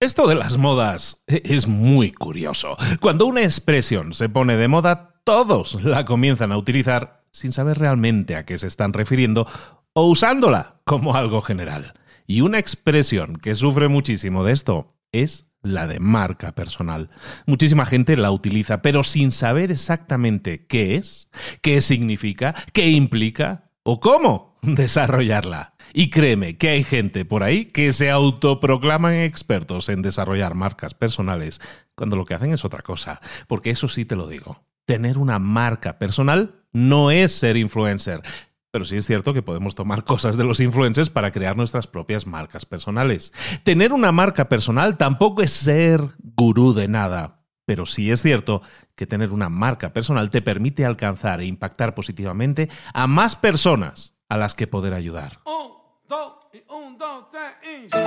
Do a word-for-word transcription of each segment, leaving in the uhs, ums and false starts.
Esto de las modas es muy curioso. Cuando una expresión se pone de moda, todos la comienzan a utilizar sin saber realmente a qué se están refiriendo o usándola como algo general. Y una expresión que sufre muchísimo de esto es la de marca personal. Muchísima gente la utiliza, pero sin saber exactamente qué es, qué significa, qué implica o cómo desarrollarla. Y créeme que hay gente por ahí que se autoproclaman expertos en desarrollar marcas personales cuando lo que hacen es otra cosa. Porque eso sí te lo digo, tener una marca personal no es ser influencer. Pero sí es cierto que podemos tomar cosas de los influencers para crear nuestras propias marcas personales. Tener una marca personal tampoco es ser gurú de nada. Pero sí es cierto que tener una marca personal te permite alcanzar e impactar positivamente a más personas a las que poder ayudar. Un, dos, y un, dos, tres, y...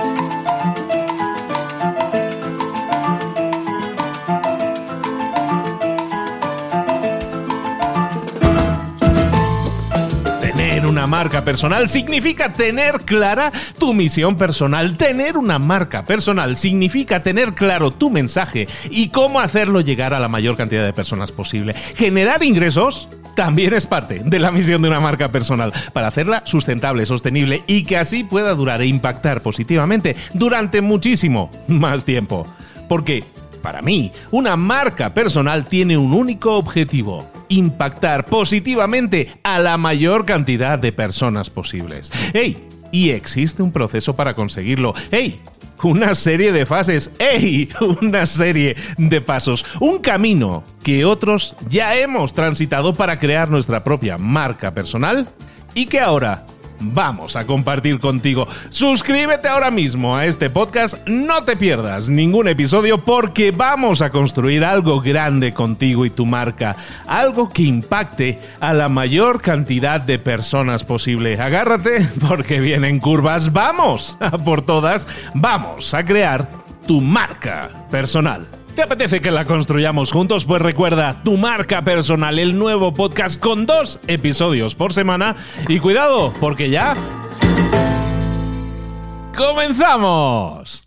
Tener una marca personal significa tener clara tu misión personal. Tener una marca personal significa tener claro tu mensaje y cómo hacerlo llegar a la mayor cantidad de personas posible. Generar ingresos también es parte de la misión de una marca personal, para hacerla sustentable, sostenible y que así pueda durar e impactar positivamente durante muchísimo más tiempo. Porque, para mí, una marca personal tiene un único objetivo: impactar positivamente a la mayor cantidad de personas posibles. ¡Ey! Y existe un proceso para conseguirlo. ¡Ey! Una serie de fases. ¡Ey! Una serie de pasos. Un camino que otros ya hemos transitado para crear nuestra propia marca personal y que ahora vamos a compartir contigo. Suscríbete ahora mismo a este podcast, no te pierdas ningún episodio porque vamos a construir algo grande contigo y tu marca, algo que impacte a la mayor cantidad de personas posible. Agárrate porque vienen curvas, vamos a por todas, vamos a crear tu marca personal. ¿Te apetece que la construyamos juntos? Pues recuerda, Tu Marca Personal, el nuevo podcast con dos episodios por semana. Y cuidado, porque ya... ¡comenzamos!